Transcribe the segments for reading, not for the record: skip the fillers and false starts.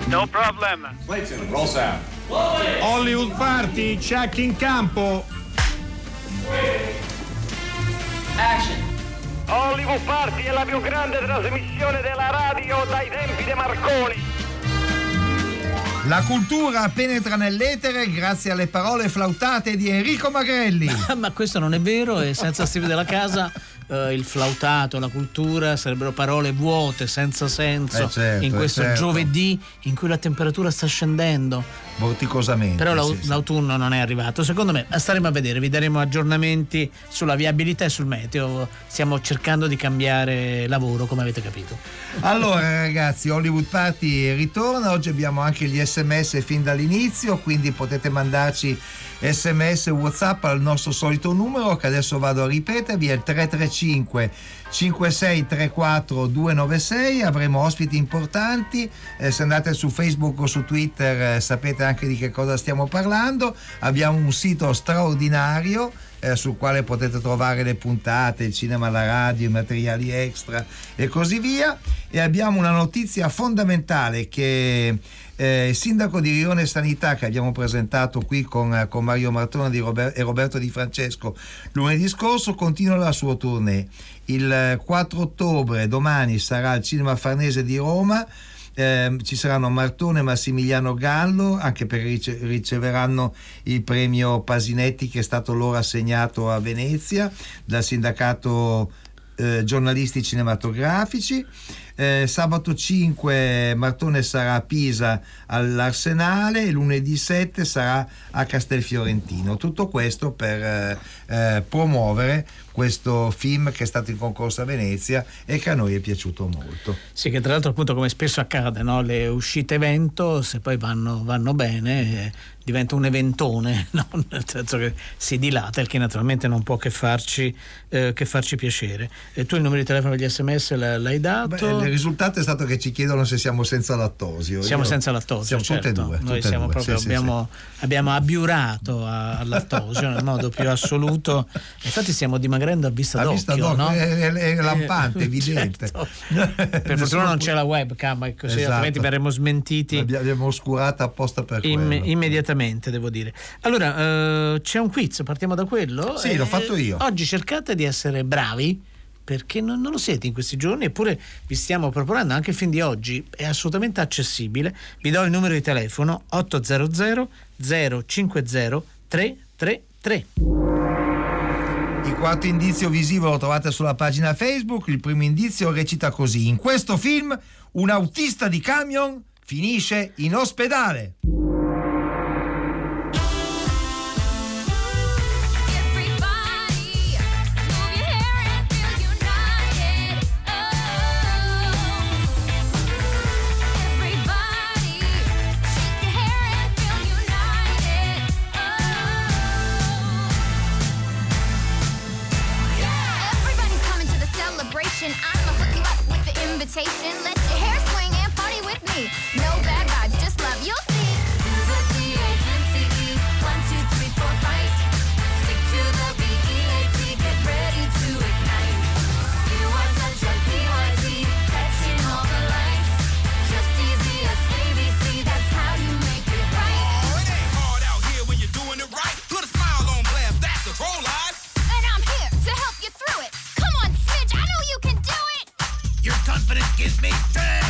No problem. Clayton, roll sound. Hollywood Party, check in campo. Action. Hollywood Party è la più grande trasmissione della radio dai tempi di Marconi. La cultura penetra nell'etere grazie alle parole flautate di Enrico Magrelli. Ma questo non è vero, e senza Steve della Casa il flautato, la cultura sarebbero parole vuote, senza senso, certo, in questo certo. giovedì in cui la temperatura sta scendendo. Vorticosamente. Però sì. l'autunno non è arrivato. Secondo me staremo a vedere, vi daremo aggiornamenti sulla viabilità e sul meteo. Stiamo cercando di cambiare lavoro, come avete capito. Allora ragazzi, Hollywood Party ritorna. Oggi abbiamo anche gli SMS fin dall'inizio, quindi potete mandarci SMS WhatsApp al nostro solito numero, che adesso vado a ripetervi, è il 335 5634 296. Avremo ospiti importanti, se andate su Facebook o su Twitter sapete anche di che cosa stiamo parlando. Abbiamo un sito straordinario sul quale potete trovare le puntate, il cinema, la radio, i materiali extra e così via. E abbiamo una notizia fondamentale che il sindaco di Rione Sanità, che abbiamo presentato qui con Mario Martone e Roberto Di Francesco lunedì scorso, continua la sua tournée. Il 4 ottobre, domani, sarà al Cinema Farnese di Roma. Ci saranno Martone e Massimiliano Gallo, anche perché riceveranno il premio Pasinetti, che è stato loro assegnato a Venezia dal sindacato giornalisti cinematografici. Sabato 5 Martone sarà a Pisa all'Arsenale e lunedì 7 sarà a Castelfiorentino. Tutto questo per promuovere questo film che è stato in concorso a Venezia e che a noi è piaciuto molto. Sì, che tra l'altro, appunto, come spesso accade, no? Le uscite evento, se poi vanno bene, diventa un eventone, no? Nel senso che si dilata, il che naturalmente non può che farci piacere. E tu il numero di telefono degli SMS l'hai dato? Il risultato è stato che ci chiedono se siamo senza lattosio. Siamo senza lattosio, siamo tutte e certo. due. Noi siamo proprio, abbiamo abbiurato al lattosio nel modo più assoluto. Infatti stiamo dimagrendo a vista d'occhio, no? È lampante, evidente. Certo. Per fortuna non c'è la webcam, così esatto. Altrimenti verremo smentiti. L'abbiamo oscurata apposta per quello. Immediatamente, devo dire. Allora, c'è un quiz, partiamo da quello. Sì, l'ho fatto io. Oggi cercate di essere bravi, perché non lo siete in questi giorni, eppure vi stiamo proponendo anche il film di oggi, è assolutamente accessibile. Vi do il numero di telefono 800 050 333. Il quarto indizio visivo lo trovate sulla pagina Facebook. Il primo indizio recita così: in questo film un autista di camion finisce in ospedale. I'ma hook you up with the invitation. Let your hair swing and party with me. No bad vibes, just love. You'll see. Do the D-A-N-C-E. 1, 2, 3, 4, fight. Stick to the B-E-A-T. Get ready to ignite. You are such a PYT. Catching all the lights. Just easy as ABC. That's how you make it right. Oh, it ain't hard out here when you're doing it right. Put a smile on blast. That's a troll life. And I'm here to help you through it. Come on, Smidge, I know you can do it. Your confidence gives me strength.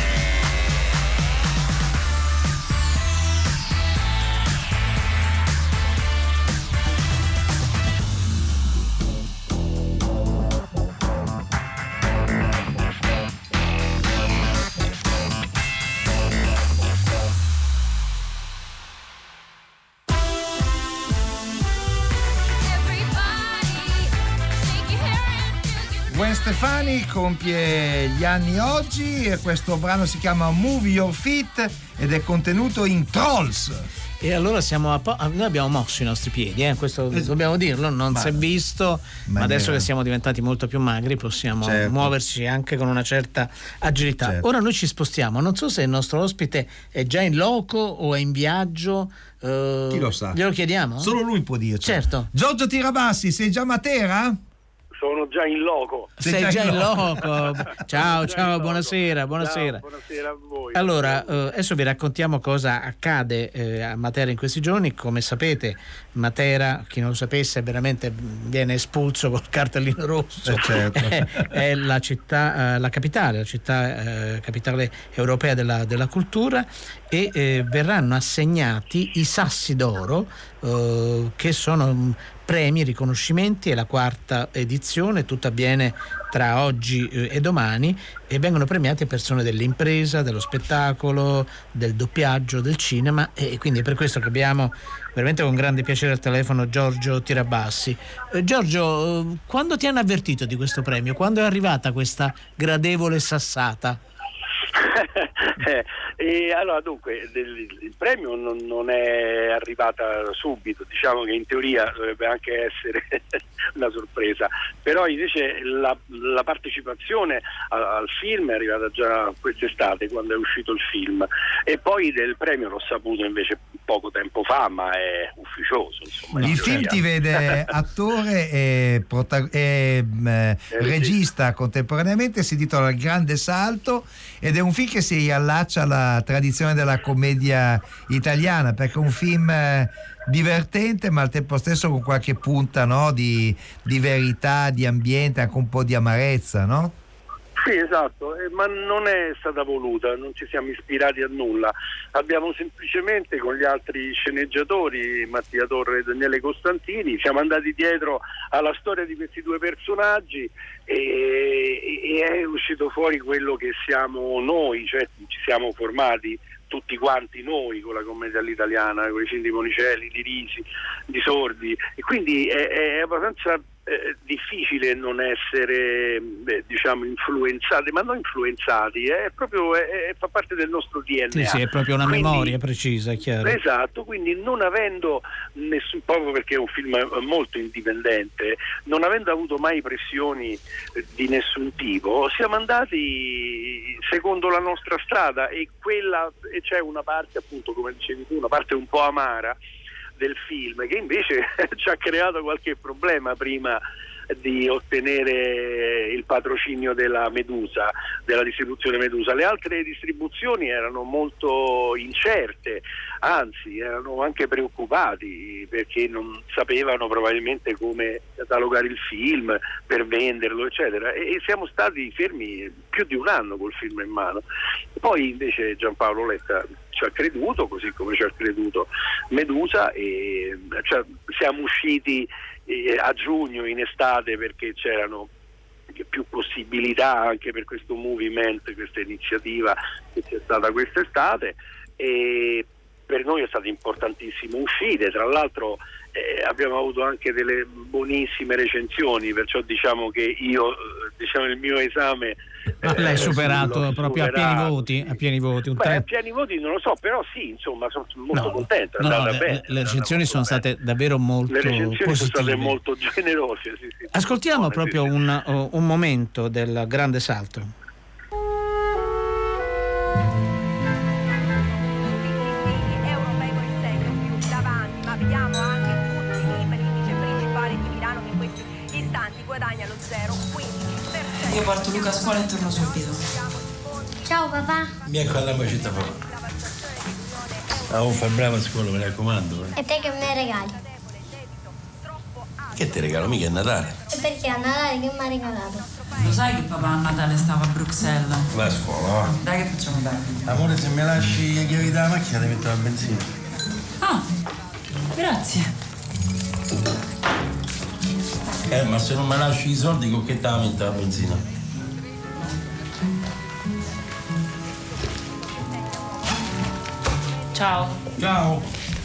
Gwen Stefani compie gli anni oggi e questo brano si chiama Move Your Feet ed è contenuto in Trolls. E allora noi abbiamo mosso i nostri piedi, questo dobbiamo dirlo, non si è visto, ma adesso che siamo diventati molto più magri possiamo muoverci anche con una certa agilità. Certo. Ora noi ci spostiamo, non so se il nostro ospite è già in loco o è in viaggio. Chi lo sa? Glielo chiediamo? Solo lui può dirci. Certo. Giorgio Tirabassi, sei già a Matera? Sono già in loco. Sei già in loco. Ciao, buonasera. Ciao, buonasera a voi. Allora, adesso vi raccontiamo cosa accade a Matera in questi giorni. Come sapete, Matera, chi non lo sapesse, veramente viene espulso col cartellino rosso. Certo. È la città, la capitale capitale europea della cultura, e verranno assegnati i Sassi d'Oro, che sono premi, riconoscimenti. È la 4ª edizione, tutto avviene tra oggi e domani, e vengono premiate persone dell'impresa, dello spettacolo, del doppiaggio, del cinema, e quindi è per questo che abbiamo veramente con grande piacere al telefono Giorgio Tirabassi. Giorgio, quando ti hanno avvertito di questo premio? Quando è arrivata questa gradevole sassata? Allora, dunque, il premio non è arrivata subito, diciamo che in teoria dovrebbe anche essere una sorpresa, però invece la partecipazione al film è arrivata già quest'estate, quando è uscito il film, e poi del premio l'ho saputo invece poco tempo fa, ma è ufficioso, insomma. Il film ti vede attore e regista contemporaneamente, si intitola Il Grande Salto, ed è un film che si allaccia alla tradizione della commedia italiana, perché è un film divertente, ma al tempo stesso con qualche punta, no, di verità, di ambiente, anche un po' di amarezza, no? Sì, esatto, ma non è stata voluta, non ci siamo ispirati a nulla. Abbiamo semplicemente, con gli altri sceneggiatori, Mattia Torre e Daniele Costantini, siamo andati dietro alla storia di questi due personaggi e è uscito fuori quello che siamo noi, cioè ci siamo formati tutti quanti noi con la commedia all'italiana, con i Cinti Monicelli, di Risi, di Sordi, e quindi è abbastanza difficile non essere diciamo influenzati, ma non influenzati, è proprio fa parte del nostro DNA. Sì, è proprio una memoria precisa, è chiaro. Esatto, quindi non avendo nessun, proprio perché è un film molto indipendente, non avendo avuto mai pressioni di nessun tipo, siamo andati secondo la nostra strada, e c'è una parte, appunto, come dicevi tu, una parte un po' amara del film che invece ci ha creato qualche problema prima di ottenere il patrocinio della Medusa, della distribuzione Medusa. Le altre distribuzioni erano molto incerte, anzi erano anche preoccupati perché non sapevano probabilmente come catalogare il film per venderlo, eccetera, e siamo stati fermi più di un anno col film in mano. Poi invece Giampaolo Letta ci ha creduto, così come ci ha creduto Medusa, e siamo usciti a giugno, in estate, perché c'erano più possibilità anche per questo movimento, questa iniziativa che c'è stata quest'estate, e per noi è stato importantissimo uscire. Tra l'altro abbiamo avuto anche delle buonissime recensioni, perciò diciamo che il mio esame l'hai superato proprio a pieni voti? A pieni voti, a pieni voti non lo so, però sì, insomma, sono molto contento. Le recensioni sono state davvero molto positive. Le recensioni sono state molto generose. Sì, ascoltiamo proprio un momento del Grande Salto. Europei con il segno più davanti, ma vediamo anche tutti i liberi, il vice principale di Milano, che in questi istanti guadagna lo 0,15%. Io porto Luca a scuola e torno subito. Ciao papà. Vieni con la mia città papà. Fai brava a scuola, mi raccomando. E te che me regali? Che ti regalo? Mica è Natale. E perché a Natale che mi ha regalato? Lo sai che papà a Natale stava a Bruxelles? Va a scuola, va. Dai che facciamo tardi. Amore, se mi lasci le chiavi della macchina ti metto la benzina. Ah, grazie. Ma se non mi lasci i soldi, con che te la metto la benzina? Ciao. Ciao.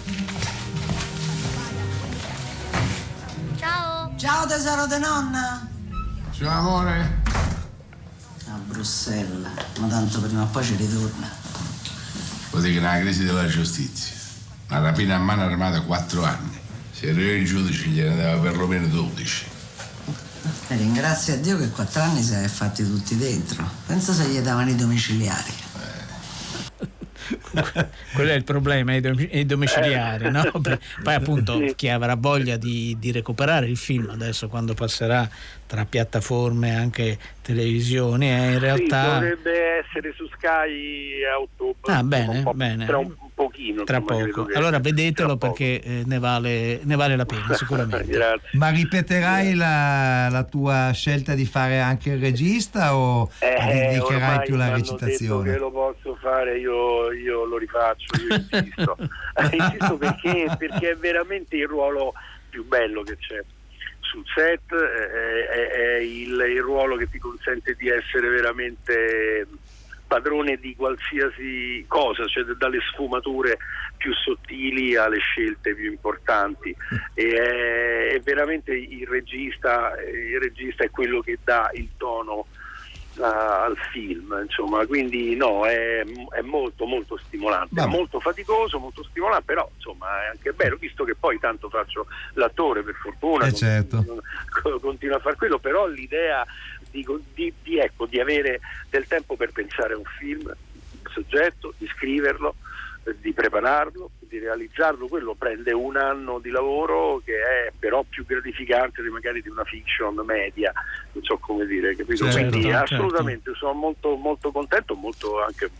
Ciao. Ciao tesoro di nonna. Ciao amore. A Bruxelles, ma tanto prima o poi ci ritorna. Vuol dire che è una crisi della giustizia. Una rapina a mano armata 4 anni. Se arriva il giudice gliene dava perlomeno 12. E ringrazia Dio che 4 anni se li ha fatti tutti dentro. Pensa se gli davano i domiciliari. quello è il problema, i domiciliari, no? Poi appunto chi avrà voglia di recuperare il film adesso, quando passerà tra piattaforme anche televisioni, in realtà dovrebbe essere su Sky a ottobre. Bene. Tra un pochino. Tra poco. Allora vedetelo, perché ne vale la pena sicuramente. Grazie. Ma ripeterai la tua scelta di fare anche il regista o dedicherai più la recitazione? Che lo posso fare, io lo rifaccio, io insisto. Insisto perché è veramente il ruolo più bello che c'è sul set, è il ruolo che ti consente di essere veramente padrone di qualsiasi cosa, cioè dalle sfumature più sottili alle scelte più importanti, e è veramente il regista è quello che dà il tono al film, insomma, quindi è molto molto stimolante, è molto faticoso, molto stimolante, però insomma è anche bello, visto che poi tanto faccio l'attore, per fortuna, continuo a fare quello, però l'idea di avere del tempo per pensare a un film, il soggetto, di scriverlo, di prepararlo, di realizzarlo, quello prende un anno di lavoro, che è però più gratificante magari di una fiction media, non so come dire, capito? Quindi assolutamente sono molto molto contento, molto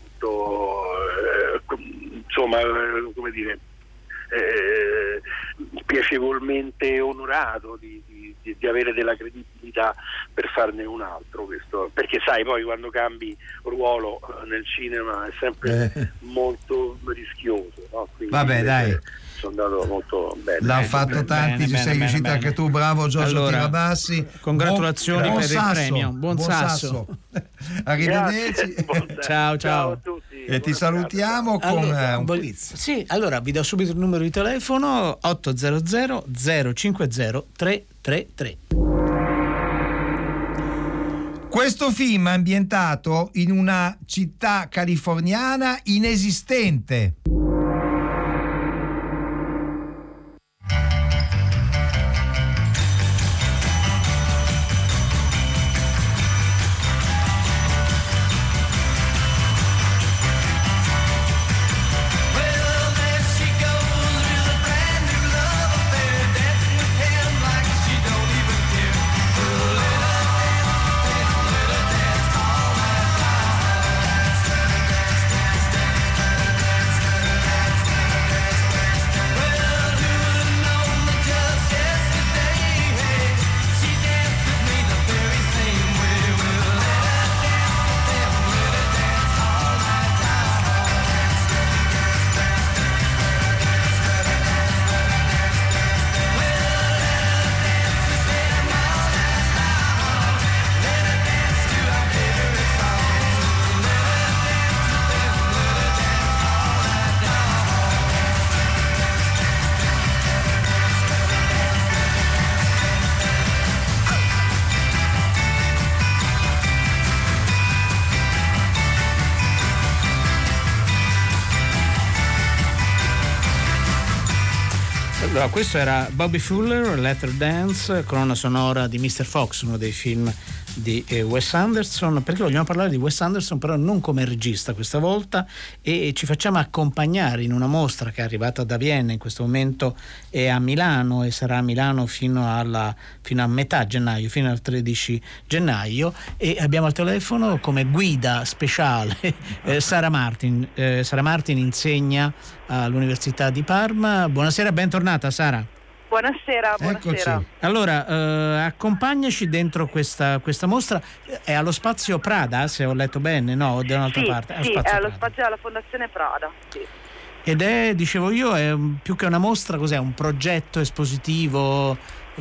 insomma, come dire, piacevolmente onorato di avere della credibilità per farne un altro, questo, perché sai, poi quando cambi ruolo nel cinema è sempre molto rischioso, no? Quindi dai, sono andato molto bene. L'hanno fatto tanti, ci sei riuscito anche tu, bravo Giorgio Tirabassi. Congratulazioni per il premio, buon sasso. Arrivederci. Ciao a tutti. E ti salutiamo con un quiz. Sì, allora vi do subito il numero di telefono: 800 050 333. Questo film è ambientato in una città californiana inesistente. Allora, questo era Bobby Fuller, Letter Dance, colonna sonora di Mr. Fox, uno dei film di Wes Anderson. Perché vogliamo parlare di Wes Anderson, però non come regista questa volta, e ci facciamo accompagnare in una mostra che è arrivata da Vienna, in questo momento è a Milano e sarà a Milano fino a metà gennaio, fino al 13 gennaio, e abbiamo al telefono come guida speciale Sara Martin. Sara Martin insegna all'Università di Parma. Buonasera, bentornata Sara. Buonasera. Allora, accompagnaci dentro questa mostra. È allo Spazio Prada, se ho letto bene, no? O da un'altra parte? Sì, è allo spazio della Fondazione Prada. Sì. Ed è, dicevo io, è più che una mostra, cos'è? Un progetto espositivo?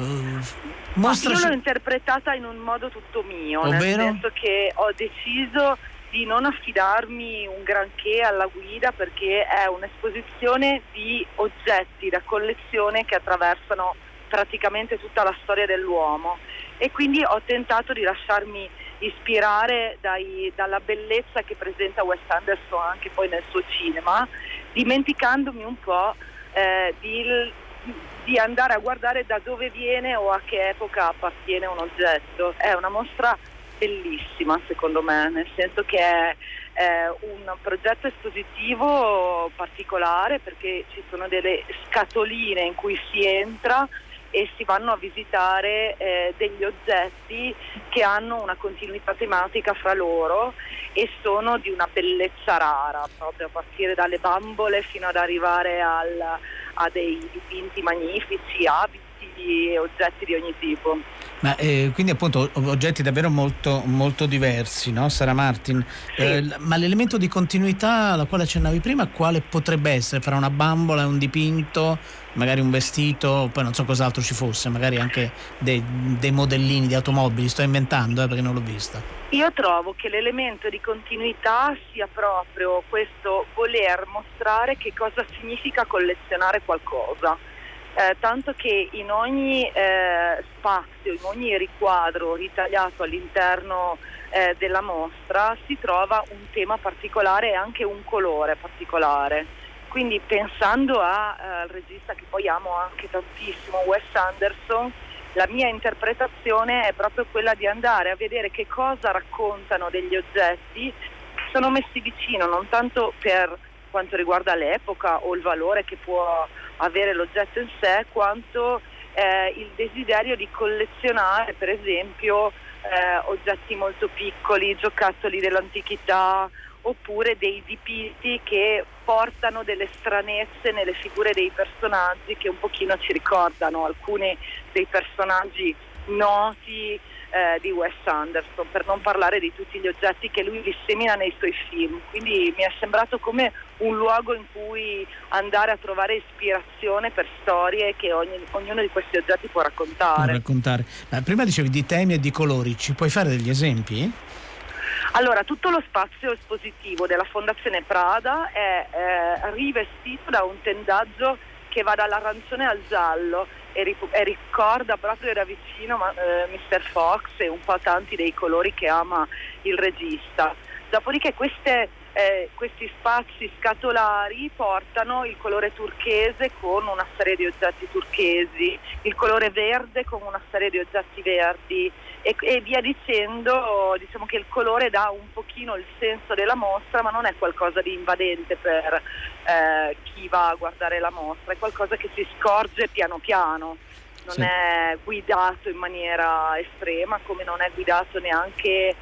Io l'ho interpretata in un modo tutto mio, ovvero? Nel senso che ho deciso di non affidarmi un granché alla guida, perché è un'esposizione di oggetti da collezione che attraversano praticamente tutta la storia dell'uomo, e quindi ho tentato di lasciarmi ispirare dalla bellezza che presenta Wes Anderson anche poi nel suo cinema, dimenticandomi un po' di andare a guardare da dove viene o a che epoca appartiene un oggetto. È una mostra bellissima secondo me, nel senso che è un progetto espositivo particolare, perché ci sono delle scatoline in cui si entra e si vanno a visitare degli oggetti che hanno una continuità tematica fra loro e sono di una bellezza rara, proprio a partire dalle bambole fino ad arrivare a dei dipinti magnifici, abiti e oggetti di ogni tipo. Ma quindi appunto oggetti davvero molto, molto diversi, no? Sara Martin, Sì. ma l'elemento di continuità alla quale accennavi prima quale potrebbe essere fra una bambola e un dipinto, magari un vestito, poi non so cos'altro ci fosse, magari anche dei modellini di automobili, sto inventando perché non l'ho vista. Io trovo che l'elemento di continuità sia proprio questo voler mostrare che cosa significa collezionare qualcosa. Tanto che in ogni spazio, in ogni riquadro ritagliato all'interno della mostra si trova un tema particolare e anche un colore particolare. Quindi pensando al regista che poi amo anche tantissimo, Wes Anderson, la mia interpretazione è proprio quella di andare a vedere che cosa raccontano degli oggetti che sono messi vicino, non tanto per quanto riguarda l'epoca o il valore che può avere l'oggetto in sé, quanto il desiderio di collezionare per esempio oggetti molto piccoli, giocattoli dell'antichità, oppure dei dipinti che portano delle stranezze nelle figure dei personaggi che un pochino ci ricordano alcuni dei personaggi noti di Wes Anderson, per non parlare di tutti gli oggetti che lui dissemina nei suoi film. Quindi mi è sembrato come un luogo in cui andare a trovare ispirazione per storie che ognuno di questi oggetti può raccontare. Ma prima dicevi di temi e di colori, ci puoi fare degli esempi? Allora, tutto lo spazio espositivo della Fondazione Prada è rivestito da un tendaggio che va dall'arancione al giallo e ricorda proprio da vicino Mr. Fox e un po' tanti dei colori che ama il regista. Dopodiché questi spazi scatolari portano il colore turchese con una serie di oggetti turchesi, il colore verde con una serie di oggetti verdi e via dicendo. Diciamo che il colore dà un pochino il senso della mostra, ma non è qualcosa di invadente per chi va a guardare la mostra, è qualcosa che si scorge piano piano, non è guidato in maniera estrema, come non è guidato neanche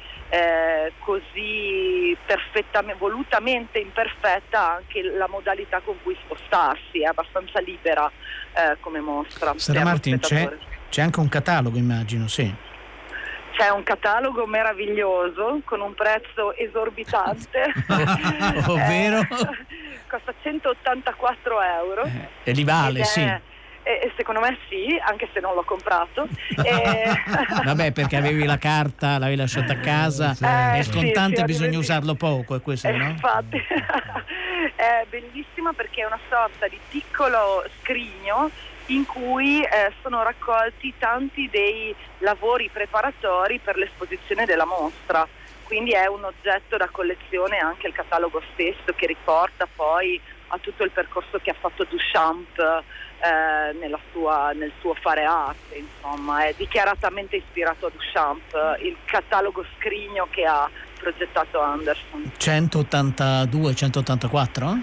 così perfettamente, volutamente imperfetta anche la modalità con cui spostarsi, è abbastanza libera come mostra. Sara Martin, c'è anche un catalogo, immagino, sì. C'è un catalogo meraviglioso con un prezzo esorbitante. Ovvero? Costa 184 euro. E li vale, sì. Secondo me sì, anche se non l'ho comprato. Vabbè, perché avevi la carta, l'avevi lasciata a casa, e il contante bisogna usarlo poco, è questo, no? Infatti. È bellissima perché è una sorta di piccolo scrigno in cui sono raccolti tanti dei lavori preparatori per l'esposizione della mostra. Quindi è un oggetto da collezione anche il catalogo stesso, che riporta poi a tutto il percorso che ha fatto Duchamp nel suo fare arte, insomma, è dichiaratamente ispirato a Duchamp, il catalogo scrigno che ha progettato Anderson. 182, 184?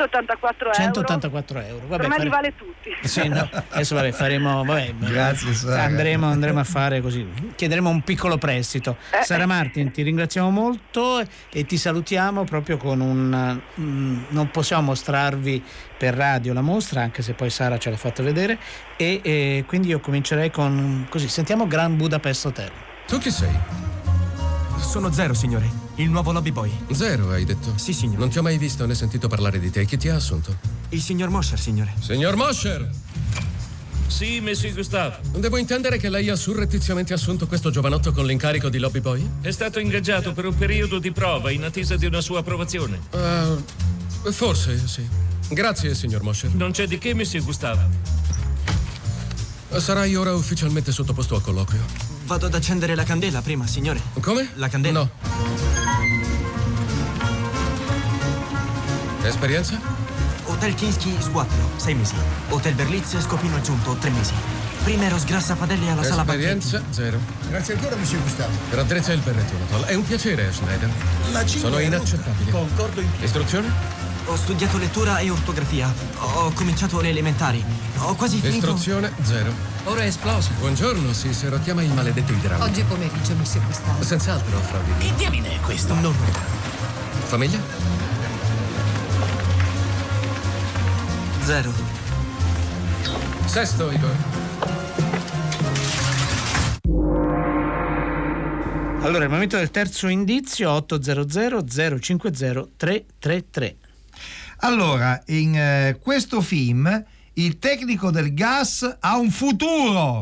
184 euro. Vabbè, per me li vale tutti. Sì, no. Adesso faremo. Grazie, Sara. Andremo a fare così. Chiederemo un piccolo prestito. Sara Martin, ti ringraziamo molto e ti salutiamo proprio con non possiamo mostrarvi per radio la mostra, anche se poi Sara ce l'ha fatta vedere, e quindi io comincerei con così. Sentiamo Grand Budapest Hotel. Tu chi sei? Sono Zero, signore, il nuovo lobby boy. Zero, hai detto? Sì, signore. Non ti ho mai visto né sentito parlare di te. Chi ti ha assunto? Il signor Mosher, signore. Signor Mosher! Sì, Monsieur Gustave. Devo intendere che lei ha surrettiziamente assunto questo giovanotto con l'incarico di lobby boy? È stato ingaggiato per un periodo di prova in attesa di una sua approvazione. Forse, sì. Grazie, signor Mosher. Non c'è di che, Monsieur Gustave. Sarai ora ufficialmente sottoposto a colloquio. Vado ad accendere la candela prima, signore. Come? La candela? No. Esperienza? Hotel Kinsky Squattro, 6 mesi. Hotel Berlitz Scopino Aggiunto, 3 mesi. Prima ero sgrassapadelli alla sala Esperienza, 0. Grazie ancora, monsieur Gustavo. Raddrezza il berrettino, Tol. È un piacere, Schneider. La cinghia Sono è inaccettabili. rotta. Concordo in pieno. Istruzione? Ho studiato lettura e ortografia. Ho cominciato le elementari. Ho quasi finito. Istruzione, 0. Ora è esploso. Buongiorno, sì, se chiama il maledetto idraulico. Oggi pomeriggio, monsieur Gustavo. Senz'altro, Frau Dini. Che diamine è questo? Non lo è. Famiglia? 0. Sesto, Igor. Allora, il momento del terzo indizio, 800 050 333. Allora, in questo film il tecnico del gas ha un futuro.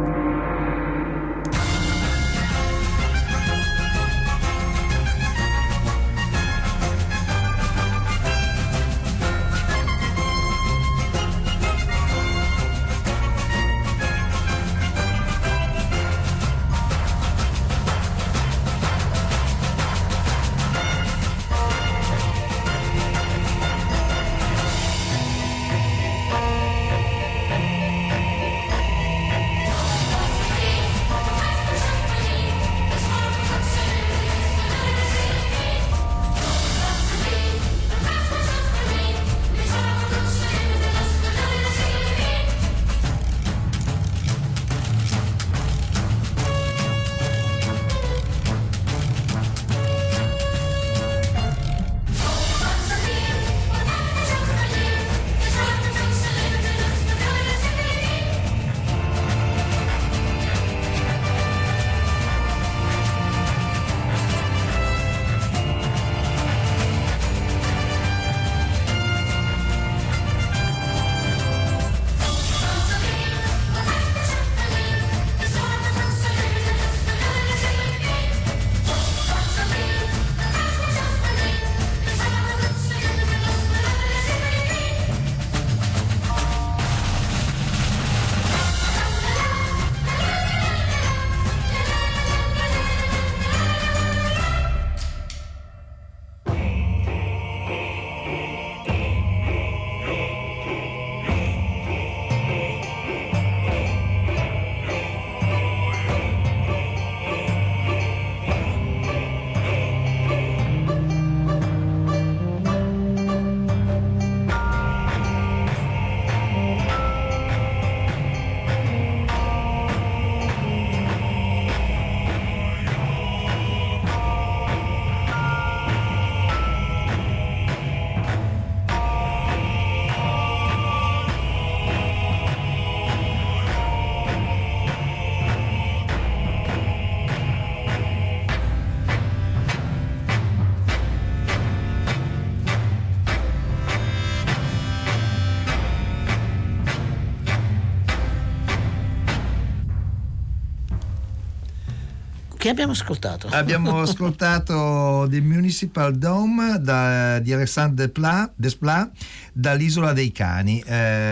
Che abbiamo ascoltato? Abbiamo ascoltato The Municipal Dome di Alexandre Desplat dall'Isola dei Cani,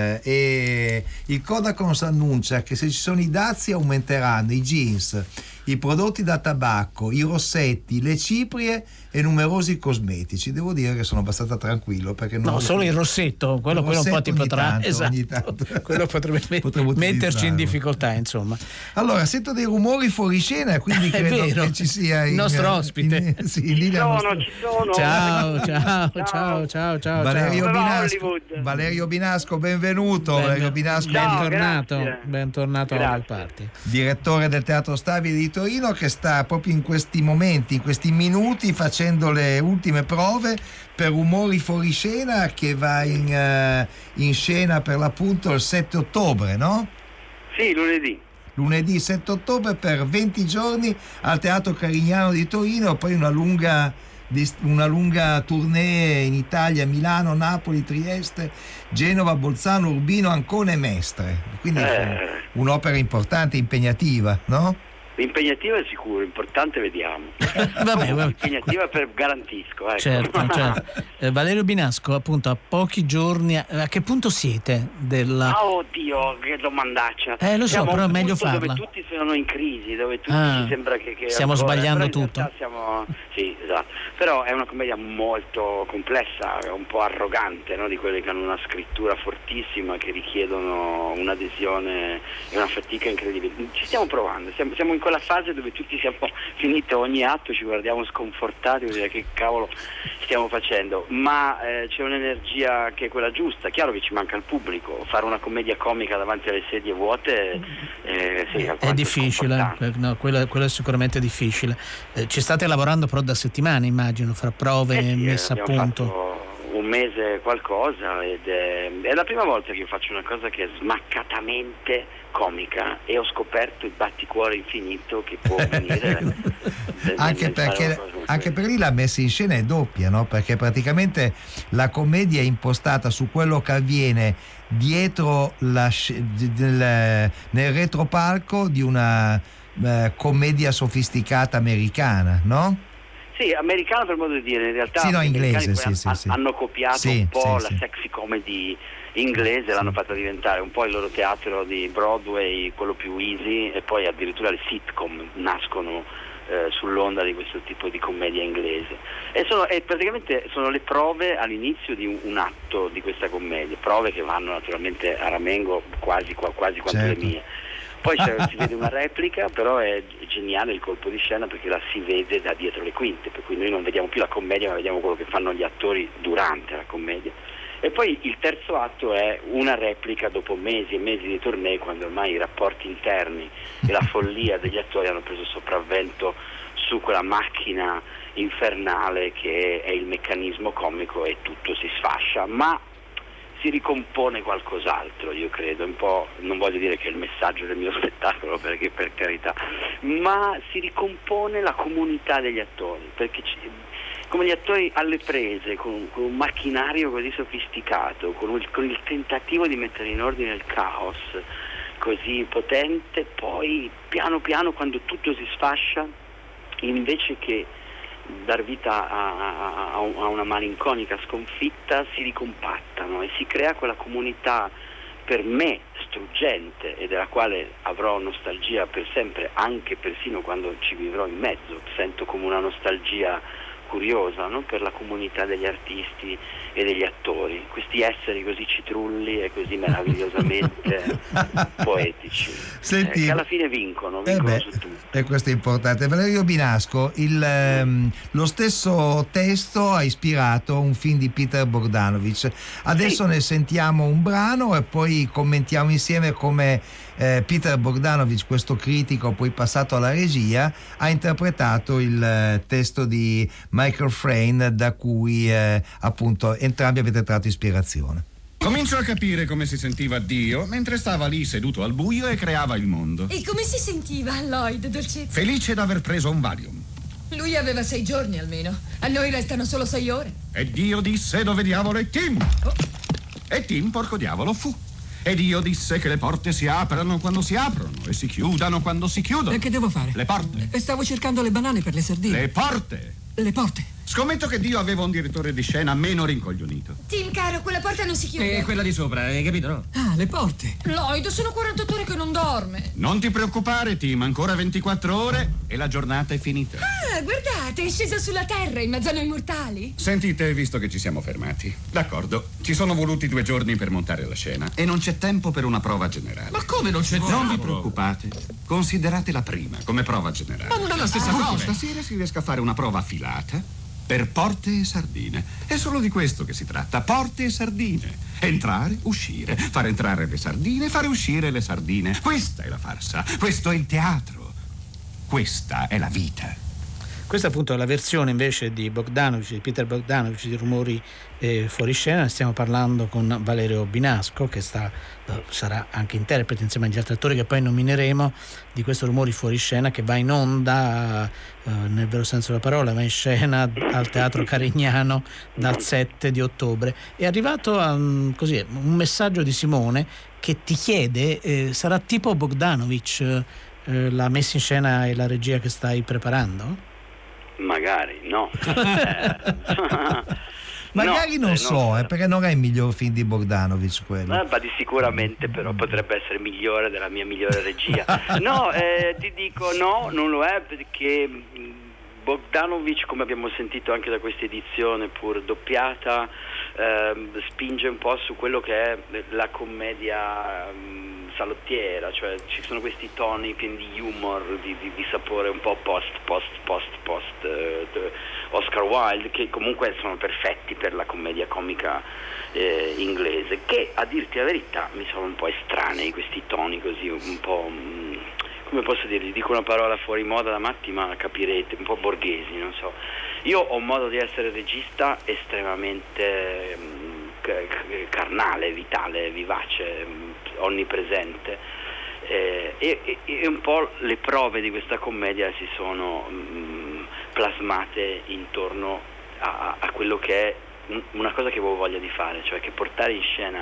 e il Kodakons annuncia che se ci sono i dazi aumenteranno i jeans, i prodotti da tabacco, i rossetti, le ciprie e numerosi cosmetici. Devo dire che sono abbastanza tranquillo perché non solo il rossetto, quello un po' ti potrà, esatto, quello potrebbe metterci in difficoltà, insomma. Allora, sento dei rumori fuori scena, quindi credo che ci sia il nostro ospite. Ci sono. Ciao. Valerio Binasco, benvenuto. Valerio Binasco, bentornato al party. Direttore del Teatro Stabile di Torino, che sta proprio in questi momenti, in questi minuti, facendo le ultime prove per Rumori fuori scena, che va in scena per l'appunto il 7 ottobre, no? Sì, lunedì 7 ottobre per 20 giorni al Teatro Carignano di Torino, poi una lunga tournée in Italia, Milano, Napoli, Trieste, Genova, Bolzano, Urbino, Ancona e Mestre. Quindi un'opera importante, impegnativa, no? Impegnativa è sicuro, importante vediamo. Vabbè. Impegnativa garantisco. Ecco. Certo. Valerio Binasco, appunto, a pochi giorni, a che punto siete della... Oddio, che domandaccia. Lo so, siamo però è meglio farla. Dove tutti sono in crisi, dove tutti ci sembra che stiamo ancora, sbagliando tutto. Sì, esatto. Però è una commedia molto complessa, un po' arrogante, no? Di quelle che hanno una scrittura fortissima, che richiedono un'adesione e una fatica incredibile. Ci stiamo provando, siamo in quella fase dove tutti siamo finito ogni atto, ci guardiamo sconfortati, vuol dire che cavolo stiamo facendo, ma c'è un'energia che è quella giusta. Chiaro che ci manca il pubblico, fare una commedia comica davanti alle sedie vuote è difficile, no, quello è sicuramente difficile. Ci state lavorando però da settimane, immagino, fra prove e messa a punto. Fatto un mese qualcosa ed è la prima volta che io faccio una cosa che è smaccatamente comica e ho scoperto il batticuore infinito che può venire anche per lì la messa in scena è doppia, no? Perché praticamente la commedia è impostata su quello che avviene dietro nel retropalco di una commedia sofisticata americana, no? Sì, americana per modo di dire, in realtà sì, no, inglese, hanno copiato un po' la sexy comedy inglese, l'hanno fatta diventare un po' il loro teatro di Broadway, quello più easy, e poi addirittura le sitcom nascono sull'onda di questo tipo di commedia inglese e praticamente sono le prove all'inizio di un atto di questa commedia, prove che vanno naturalmente a ramengo quasi quanto le mie. Poi si vede una replica, però è geniale il colpo di scena perché la si vede da dietro le quinte, per cui noi non vediamo più la commedia ma vediamo quello che fanno gli attori durante la commedia. E poi il terzo atto è una replica dopo mesi e mesi di tournée, quando ormai i rapporti interni e la follia degli attori hanno preso sopravvento su quella macchina infernale che è il meccanismo comico e tutto si sfascia, ma si ricompone qualcos'altro, io credo, un po', non voglio dire che è il messaggio del mio spettacolo, perché per carità, ma si ricompone la comunità degli attori, perché come gli attori alle prese con un macchinario così sofisticato, con il tentativo di mettere in ordine il caos così potente, poi piano piano quando tutto si sfascia, invece che dar vita a una malinconica sconfitta, si ricompattano e si crea quella comunità per me struggente e della quale avrò nostalgia per sempre, anche persino quando ci vivrò in mezzo. Sento come una nostalgia curiosa, no? Per la comunità degli artisti e degli attori, questi esseri così citrulli e così meravigliosamente poetici. Senti, che alla fine vincono su tutto. E questo è importante. Valerio Binasco, lo stesso testo ha ispirato un film di Peter Bogdanovich. Adesso ne sentiamo un brano e poi commentiamo insieme come Peter Bogdanovich, questo critico poi passato alla regia, ha interpretato il testo di Michael Frayn, da cui appunto entrambi avete tratto ispirazione. Comincio a capire come si sentiva Dio mentre stava lì seduto al buio e creava il mondo. E come si sentiva Lloyd, dolcezza? Felice d'aver preso un Valium. Lui aveva 6 giorni almeno. A noi restano solo 6 ore. E Dio disse: dove diavolo è Tim? E Tim, porco diavolo, fu. E Dio disse che le porte si aprano quando si aprono e si chiudano quando si chiudono. E che devo fare? Le porte. Stavo cercando le banane per le sardine. Le porte. Le porte. Scommetto che Dio aveva un direttore di scena meno rincoglionito. Tim, caro, quella porta non si chiude. E quella di sopra, hai capito, no? Ah, le porte. Lloyd, sono 48 ore che non dorme. Non ti preoccupare, Tim, ancora 24 ore e la giornata è finita. Ah, guardate, è scesa sulla terra in mezzo a noi mortali. Sentite, visto che ci siamo fermati. D'accordo, ci sono voluti 2 giorni per montare la scena e non c'è tempo per una prova generale. Ma come non c'è tempo? Non vi preoccupate, consideratela prima come prova generale. Ma non è la stessa cosa. Stasera si riesca a fare una prova affilata per porte e sardine. È solo di questo che si tratta, porte e sardine. Entrare, uscire, far entrare le sardine, fare uscire le sardine. Questa è la farsa, questo è il teatro, questa è la vita. Questa appunto è la versione invece di Bogdanovich, di Peter Bogdanovich, di Rumori fuori scena. Stiamo parlando con Valerio Binasco, che sarà anche interprete insieme agli altri attori che poi nomineremo, di questo Rumori fuori scena, che va in onda nel vero senso della parola, va in scena al Teatro Carignano dal 7 di ottobre. È arrivato così un messaggio di Simone che ti chiede, sarà tipo Bogdanovich la messa in scena e la regia che stai preparando? Magari, no. Magari non so, perché non è il miglior film di Bogdanovich quello. Ma di sicuramente però potrebbe essere migliore della mia migliore regia. No, ti dico no, non lo è, perché Bogdanovich, come abbiamo sentito anche da questa edizione pur doppiata, spinge un po' su quello che è la commedia salottiera, cioè ci sono questi toni pieni di humor, di sapore un po' post Oscar Wilde, che comunque sono perfetti per la commedia comica inglese, che a dirti la verità mi sono un po' estranei questi toni così un po', come posso dire, dico una parola fuori moda da matti, ma capirete, un po' borghesi, non so. Io ho un modo di essere regista estremamente carnale, vitale, vivace, onnipresente, e un po' le prove di questa commedia si sono plasmate intorno a quello che è una cosa che avevo voglia di fare, cioè che portare in scena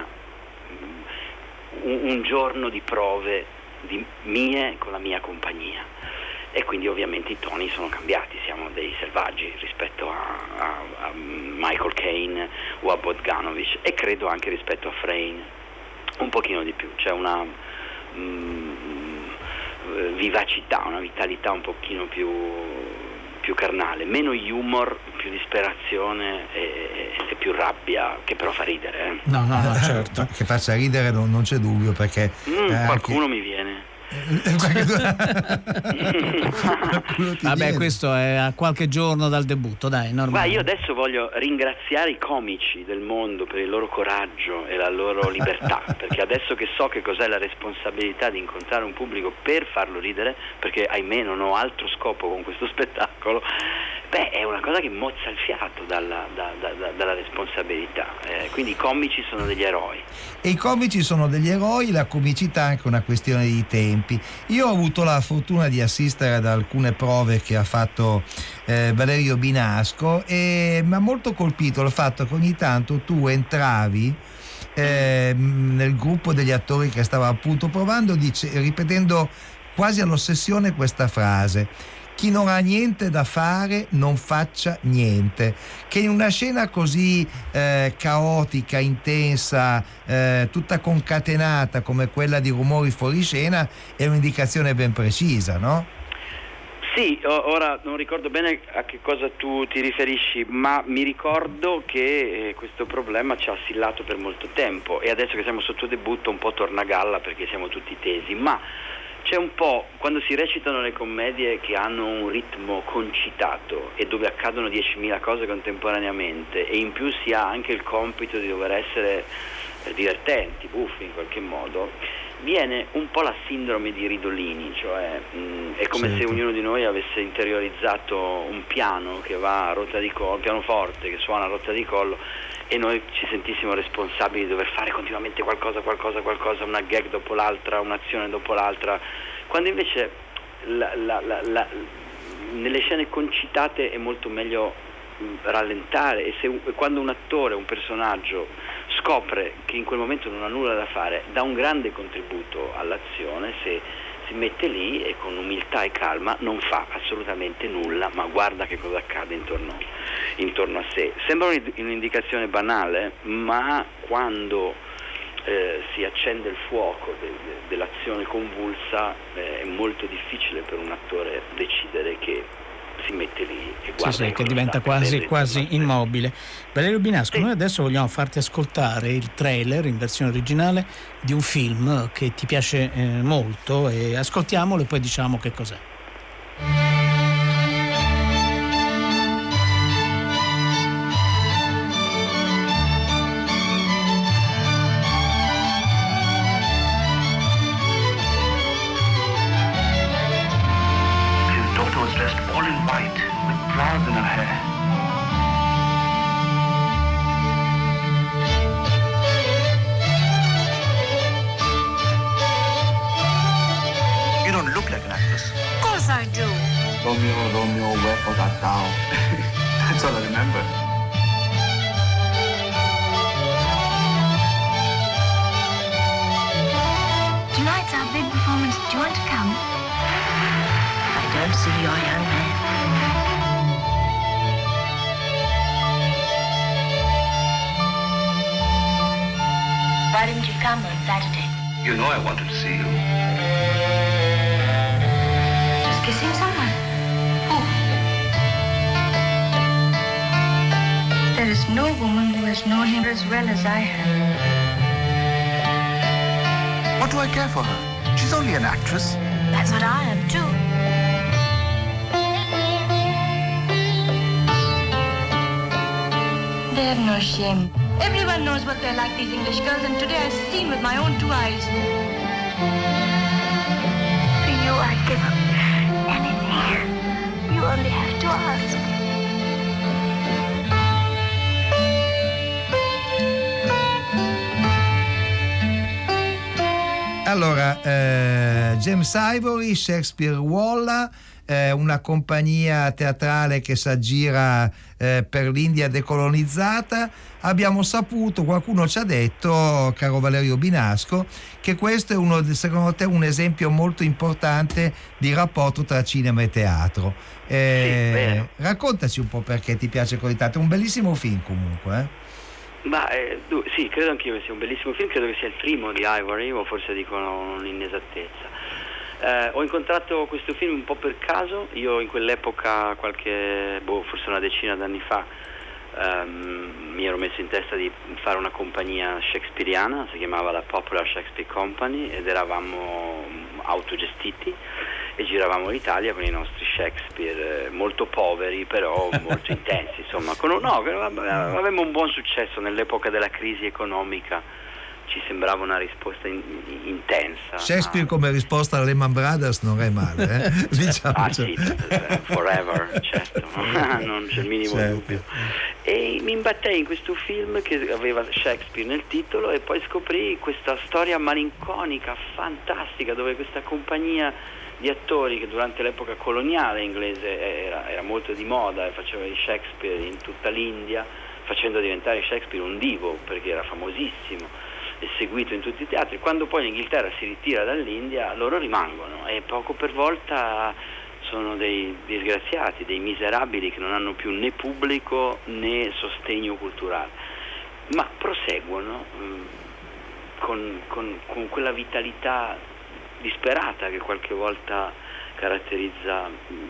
un giorno di prove mie con la mia compagnia, e quindi ovviamente i toni sono cambiati, siamo dei selvaggi rispetto a Michael Caine o a Bogdanovich, e credo anche rispetto a Frayne un pochino di più, c'è una vivacità, una vitalità un pochino più carnale, meno humor, più disperazione e più rabbia, che però fa ridere. No, certo. Che faccia ridere non c'è dubbio, perché qualcuno mi viene. Vabbè, questo è a qualche giorno dal debutto, dai, normale. Ma io adesso voglio ringraziare i comici del mondo per il loro coraggio e la loro libertà, perché adesso che so che cos'è la responsabilità di incontrare un pubblico per farlo ridere, perché ahimè non ho altro scopo con questo spettacolo, è una cosa che mozza il fiato dalla responsabilità, quindi i comici sono degli eroi. E i comici sono degli eroi, la comicità è anche una questione di tempi. Io ho avuto la fortuna di assistere ad alcune prove che ha fatto Valerio Binasco, e mi ha molto colpito il fatto che ogni tanto tu entravi nel gruppo degli attori che stava appunto provando, ripetendo quasi all'ossessione questa frase: chi non ha niente da fare non faccia niente, che in una scena così caotica, intensa, tutta concatenata come quella di Rumori fuori scena è un'indicazione ben precisa, no? Sì, ora non ricordo bene a che cosa tu ti riferisci, ma mi ricordo che questo problema ci ha assillato per molto tempo, e adesso che siamo sotto debutto un po' torna a galla perché siamo tutti tesi, ma c'è un po', quando si recitano le commedie che hanno un ritmo concitato e dove accadono 10.000 cose contemporaneamente, e in più si ha anche il compito di dover essere divertenti, buffi in qualche modo, viene un po' la sindrome di Ridolini, cioè è come se ognuno di noi avesse interiorizzato un piano che va a rotta di collo, un pianoforte che suona a rotta di collo, e noi ci sentissimo responsabili di dover fare continuamente qualcosa, una gag dopo l'altra, un'azione dopo l'altra, quando invece nelle scene concitate è molto meglio rallentare, e quando un attore, un personaggio scopre che in quel momento non ha nulla da fare, dà un grande contributo all'azione, se si mette lì e con umiltà e calma non fa assolutamente nulla, ma guarda che cosa accade intorno a sé. Sembra un'indicazione banale, ma quando si accende il fuoco dell'azione convulsa è molto difficile per un attore decidere che si mette lì e guarda che diventa quasi immobile. Valerio Binasco, noi adesso vogliamo farti ascoltare il trailer in versione originale di un film che ti piace molto, e ascoltiamolo e poi diciamo che cos'è. Clouds in her hair. You don't look like an actress. Of course I do. Romeo, Romeo, wherefore art thou? That's all I remember. Tonight's our big performance. Do you want to come? come on Saturday? You know I wanted to see you. Just kissing someone? Who? There is no woman who has known him as well as I have. What do I care for her? She's only an actress. That's what I am too. They have no shame. Everyone knows what they're like, these English girls, and today I've seen with my own 2 eyes. For you, I'd give up anything. You only have to ask. Allora, James Ivory, Shakespeare Walla, una compagnia teatrale che si aggira per l'India decolonizzata. Abbiamo saputo, qualcuno ci ha detto, caro Valerio Binasco, che questo è secondo te un esempio molto importante di rapporto tra cinema e teatro. Raccontaci un po' perché ti piace così tanto. È un bellissimo film comunque. Sì, credo anch'io che sia un bellissimo film, credo che sia il primo di Ivory, o forse dicono un'inesattezza. Ho incontrato questo film un po' per caso. Io in quell'epoca, forse una decina d'anni fa, mi ero messo in testa di fare una compagnia shakespeariana, si chiamava la Popular Shakespeare Company, ed eravamo autogestiti e giravamo l'Italia con i nostri Shakespeare molto poveri però molto intensi, insomma. Avevamo un buon successo nell'epoca della crisi economica, ci sembrava una risposta intensa. Shakespeare come risposta alla Lehman Brothers non è male, diciamo. Sì, forever, certo, non c'è il minimo dubbio. E mi imbattei in questo film che aveva Shakespeare nel titolo e poi scoprì questa storia malinconica, fantastica, dove questa compagnia di attori che durante l'epoca coloniale inglese era molto di moda e faceva di Shakespeare in tutta l'India, facendo diventare Shakespeare un divo perché era famosissimo e seguito in tutti i teatri. Quando poi l'Inghilterra si ritira dall'India, loro rimangono e poco per volta sono dei disgraziati, dei miserabili che non hanno più né pubblico né sostegno culturale, ma proseguono con quella vitalità disperata che qualche volta caratterizza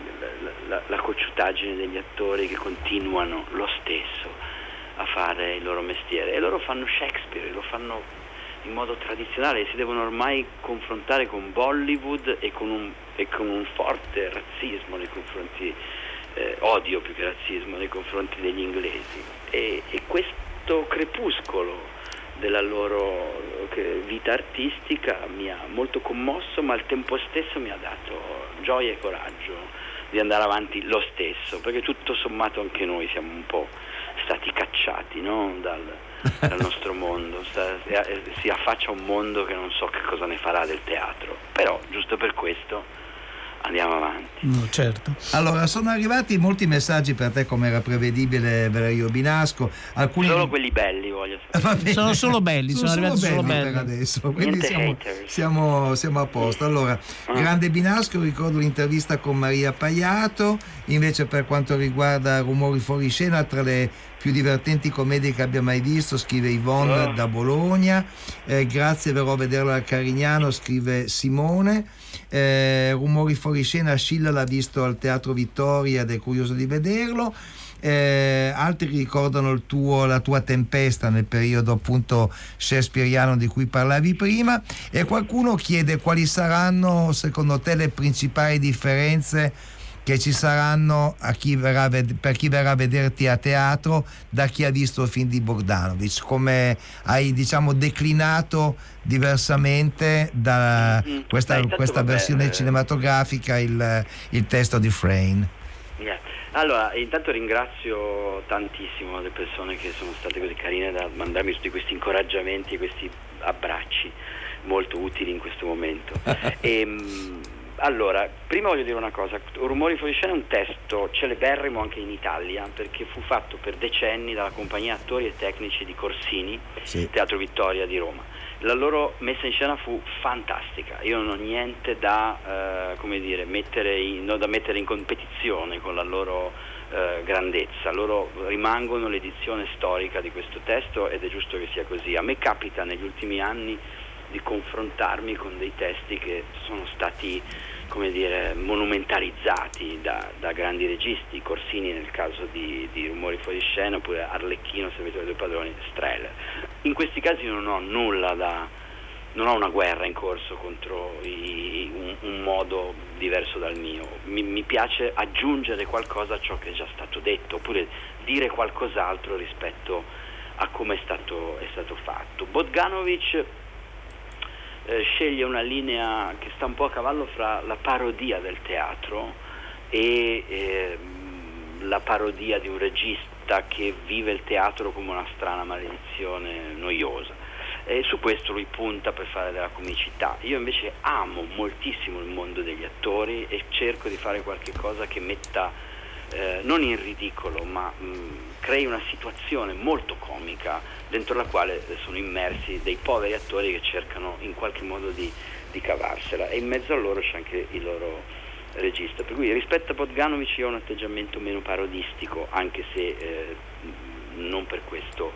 la cocciutaggine degli attori, che continuano lo stesso a fare il loro mestiere, e loro fanno Shakespeare, lo fanno in modo tradizionale, si devono ormai confrontare con Bollywood e con un forte razzismo nei confronti, odio più che razzismo nei confronti degli inglesi, e questo crepuscolo della loro vita artistica mi ha molto commosso, ma al tempo stesso mi ha dato gioia e coraggio di andare avanti lo stesso, perché tutto sommato anche noi siamo un po' stati cacciati, no? dal nostro mondo, si affaccia un mondo che non so che cosa ne farà del teatro, però giusto per questo andiamo avanti. Certo. Allora, sono arrivati molti messaggi per te, come era prevedibile, Valerio Binasco. Solo quelli belli, voglio sapere. Sono solo belli, sono arrivati solo belli per adesso, quindi siamo a posto. Allora, grande Binasco, ricordo l'intervista con Maria Paiato. Invece, per quanto riguarda Rumori fuori scena, tra le più divertenti commedie che abbia mai visto, scrive Yvonne da Bologna. Grazie, verrò a vederla al Carignano, scrive Simone. Rumori fuori scena, Scilla l'ha visto al Teatro Vittoria ed è curioso di vederlo. Altri ricordano la tua Tempesta nel periodo appunto shakespeariano di cui parlavi prima, e qualcuno chiede quali saranno secondo te le principali differenze che ci saranno per chi verrà a vederti a teatro da chi ha visto il film di Bogdanovich, come hai declinato diversamente da questa versione cinematografica il testo di Frame. Allora, intanto ringrazio tantissimo le persone che sono state così carine da mandarmi tutti questi incoraggiamenti, questi abbracci molto utili in questo momento. Allora, prima voglio dire una cosa: Rumori fuori scena è un testo celeberrimo anche in Italia, perché fu fatto per decenni dalla compagnia attori e tecnici di Corsini, Teatro Vittoria di Roma. La loro messa in scena fu fantastica, io non ho niente da mettere in competizione con la loro grandezza. Loro rimangono l'edizione storica di questo testo ed è giusto che sia così. A me capita negli ultimi anni di confrontarmi con dei testi che sono stati, come dire, monumentalizzati da grandi registi, Corsini nel caso di Rumori fuori scena, oppure Arlecchino, Servitore dei padroni, Strehler. In questi casi non ho una guerra in corso contro un modo diverso dal mio. Mi piace aggiungere qualcosa a ciò che è già stato detto, oppure dire qualcos'altro rispetto a come è stato fatto. Bogdanovich sceglie una linea che sta un po' a cavallo fra la parodia del teatro e la parodia di un regista che vive il teatro come una strana maledizione noiosa. E su questo lui punta per fare della comicità. Io invece amo moltissimo il mondo degli attori e cerco di fare qualche cosa che metta non in ridicolo, ma crei una situazione molto comica dentro la quale sono immersi dei poveri attori che cercano in qualche modo di cavarsela, e in mezzo a loro c'è anche il loro regista. Per cui rispetto a Bogdanovich io ho un atteggiamento meno parodistico, anche se non per questo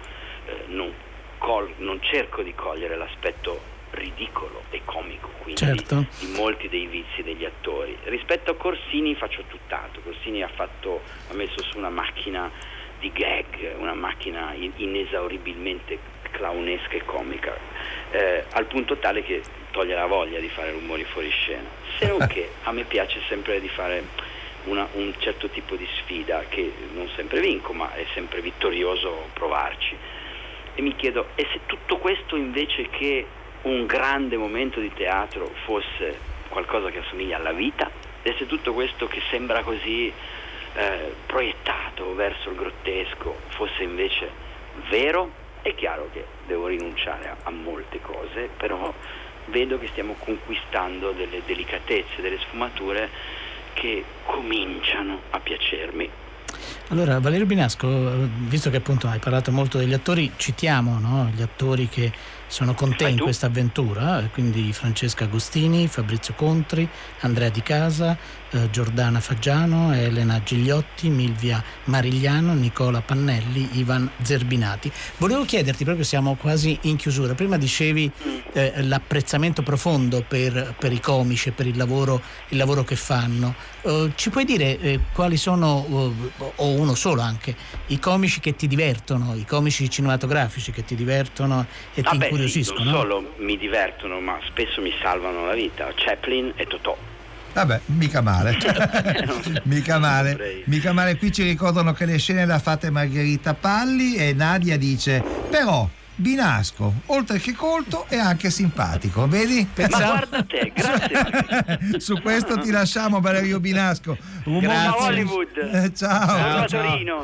non cerco di cogliere l'aspetto ridicolo e comico, quindi certo, di molti dei vizi degli attori. Rispetto a Corsini faccio tutt'altro. Corsini ha messo su una macchina di gag, una macchina inesauribilmente clownesca e comica, al punto tale che toglie la voglia di fare Rumori fuori scena. Se non che a me piace sempre di fare un certo tipo di sfida, che non sempre vinco, ma è sempre vittorioso provarci. E mi chiedo, e se tutto questo invece che un grande momento di teatro fosse qualcosa che assomiglia alla vita? E se tutto questo che sembra così proiettato verso il grottesco fosse invece vero? È chiaro che devo rinunciare a molte cose, però vedo che stiamo conquistando delle delicatezze, delle sfumature che cominciano a piacermi. Allora, Valerio Binasco, visto che appunto hai parlato molto degli attori, citiamo, no, gli attori che sono con te in questa avventura, quindi Francesca Agostini, Fabrizio Contri, Andrea Di Casa, Giordana Faggiano, Elena Gigliotti, Milvia Marigliano, Nicola Pannelli, Ivan Zerbinati. Volevo chiederti, proprio siamo quasi in chiusura, prima dicevi l'apprezzamento profondo per i comici e per il lavoro che fanno. Ci puoi dire quali sono, o uno solo anche, i comici che ti divertono, i comici cinematografici che ti divertono e ti incuriosiscono? Sì, non solo mi divertono, ma spesso mi salvano la vita. Chaplin e Totò. Vabbè, mica male. mica male. Qui ci ricordano che le scene le ha fatte Margherita Palli e Nadia dice: però Binasco, oltre che colto, è anche simpatico, vedi? Ma guarda te, grazie. Su questo ti lasciamo, Valerio Binasco. Grazie. Hollywood. Ciao. Torino.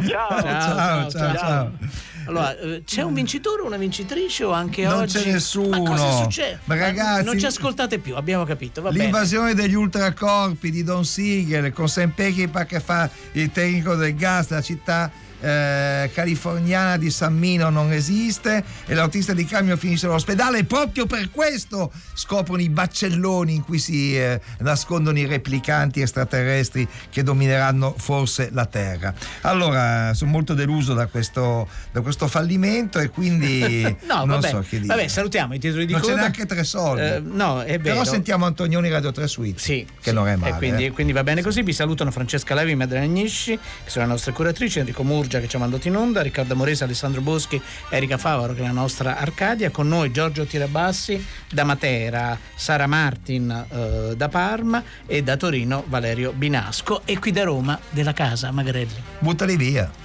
Ciao. Allora, c'è un vincitore o una vincitrice o anche non oggi? Non c'è nessuno. Ma cosa succede? Ma ragazzi, non ci ascoltate più, abbiamo capito. Va l'invasione bene. degli ultracorpi di Don Siegel con Sam Peckinpah che fa il tecnico del gas, la città californiana di San Mino non esiste e l'autista di camion finisce all'ospedale, e proprio per questo scoprono i baccelloni in cui si nascondono i replicanti extraterrestri che domineranno forse la Terra. Allora, sono molto deluso da questo fallimento e quindi non so che dire. Vabbè, salutiamo i titoli di coda. Non c'è neanche 3 soldi. No, è vero. Però sentiamo Antonioni Radio 3 Suite, che non è male. E quindi va bene così. Vi salutano Francesca Levi e Madeleine Agnisci, che sono le nostre curatrici, Enrico Murgia che ci ha mandato in onda, Riccardo Amorese, Alessandro Boschi, Erika Favaro che è la nostra Arcadia, con noi Giorgio Tirabassi da Matera, Sara Martin da Parma e da Torino Valerio Binasco, e qui da Roma della casa Magrelli. Buttali via.